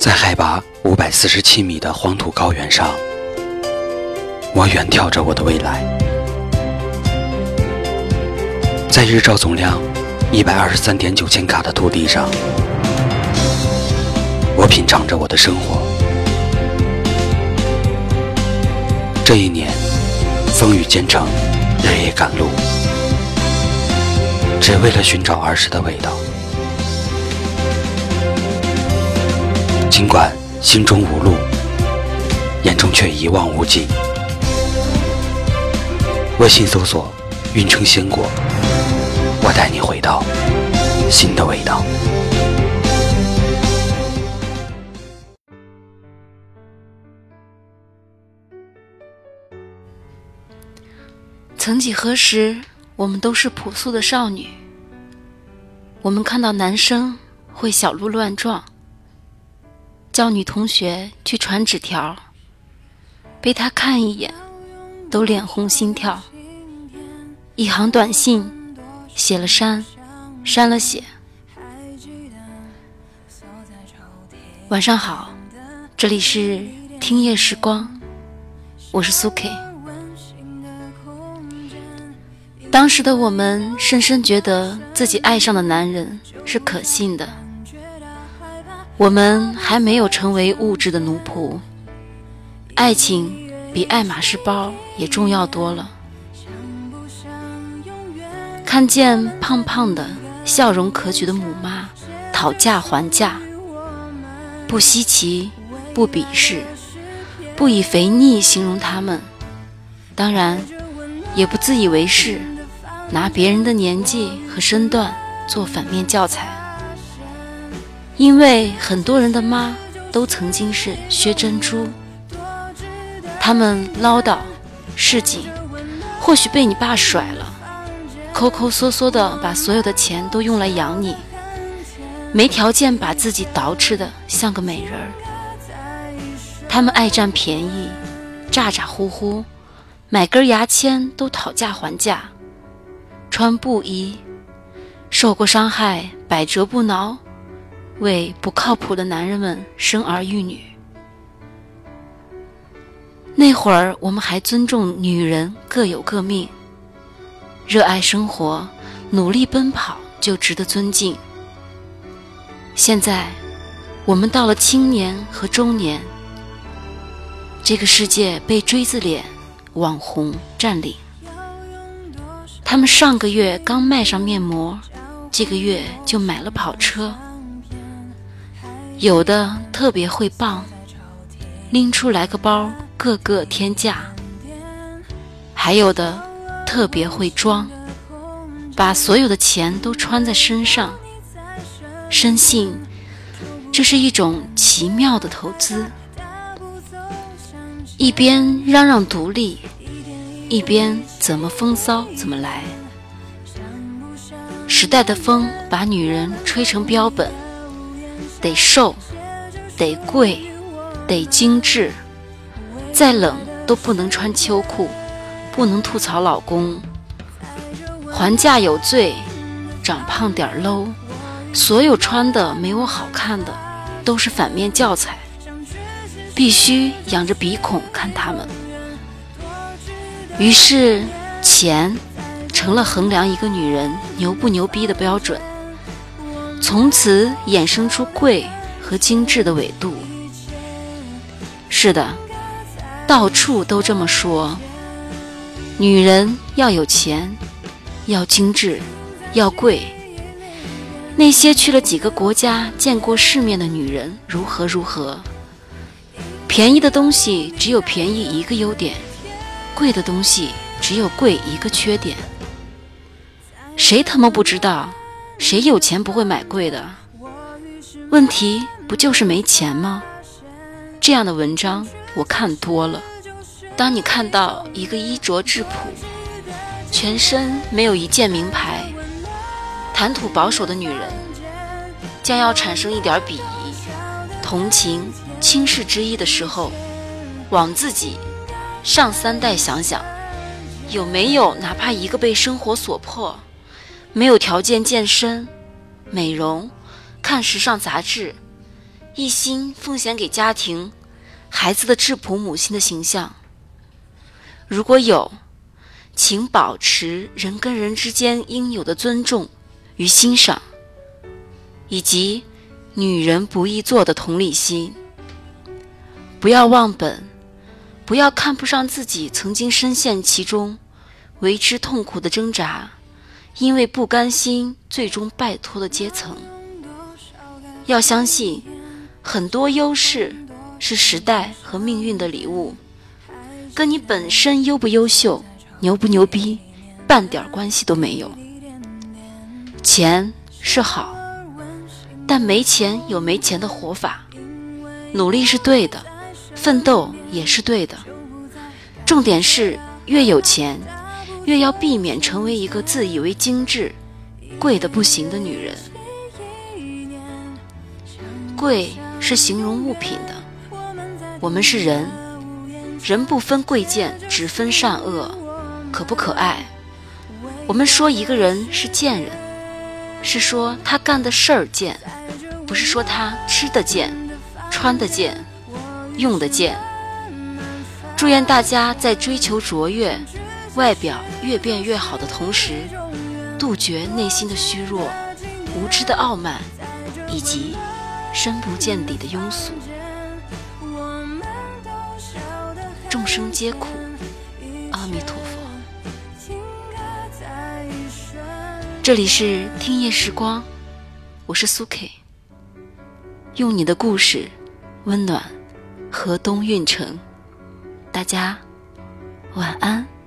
在海拔547米的黄土高原上，我远眺着我的未来。在日照总量123.9千卡的土地上，我品尝着我的生活。这一年，风雨兼程，日夜赶路，只为了寻找儿时的味道。尽管心中无路，眼中却一望无际。微信搜索运城鲜果，我带你回到新的味道。 曾几何时，我们都是朴素的少女。我们看到男生会小鹿乱撞，叫女同学去传纸条，被他看一眼都脸红心跳。一行短信写了删，删了写。晚上好，这里是听夜时光，我是苏 K。当时的我们深深觉得自己爱上的男人是可信的，我们还没有成为物质的奴仆，爱情比爱马仕包也重要多了。看见胖胖的笑容可掬的母妈讨价还价，不稀奇，不鄙视，不以肥腻形容他们，当然也不自以为是，拿别人的年纪和身段做反面教材。因为很多人的妈都曾经是薛珍珠，他们唠叨市井，或许被你爸甩了，抠抠缩缩的把所有的钱都用来养你，没条件把自己捯饬的像个美人儿。他们爱占便宜，咋咋呼呼，买根牙签都讨价还价，穿布衣，受过伤害百折不挠，为不靠谱的男人们生儿育女。那会儿我们还尊重女人各有各命，热爱生活，努力奔跑就值得尊敬。现在我们到了青年和中年，这个世界被锥子脸网红占领，他们上个月刚卖上面膜，这个月就买了跑车。有的特别会傍，拎出来个包个个天价，还有的特别会装，把所有的钱都穿在身上，深信这是一种奇妙的投资。一边嚷嚷独立，一边怎么风骚怎么来。时代的风把女人吹成标本，得瘦，得贵，得精致，再冷都不能穿秋裤，不能吐槽老公，还价有罪，长胖点 low， 所有穿的没我好看的都是反面教材，必须仰着鼻孔看他们。于是钱成了衡量一个女人牛不牛逼的标准，从此衍生出贵和精致的纬度。是的，到处都这么说，女人要有钱，要精致，要贵。那些去了几个国家见过世面的女人如何如何，便宜的东西只有便宜一个优点，贵的东西只有贵一个缺点。谁他妈不知道，谁有钱不会买贵的？问题不就是没钱吗？这样的文章我看多了。当你看到一个衣着质朴，全身没有一件名牌，谈吐保守的女人，将要产生一点鄙夷、同情、轻视之意的时候，往自己上3代想想，有没有哪怕一个被生活所迫，没有条件健身、美容、看时尚杂志， 一心奉献给家庭、孩子的质朴母亲的形象？如果有，请保持人跟人之间应有的尊重与欣赏，以及女人不易做的同理心。不要忘本，不要看不上自己曾经深陷其中，为之痛苦的挣扎，因为不甘心最终拜托的阶层。要相信，很多优势是时代和命运的礼物，跟你本身优不优秀、牛不牛逼半点关系都没有。钱是好，但没钱有没钱的活法。努力是对的，奋斗也是对的。重点是，越有钱，越要避免成为一个自以为精致、贵得不行的女人。贵是形容物品的，我们是人，人不分贵贱，只分善恶，可不可爱。我们说一个人是贱人，是说他干的事儿贱，不是说他吃得贱、穿得贱、用得贱。祝愿大家在追求卓越、外表越变越好的同时，杜绝内心的虚弱、无知的傲慢，以及深不见底的庸俗。众生皆苦，阿弥陀佛。这里是听夜时光，我是苏 K， 用你的故事温暖河东运城。大家晚安。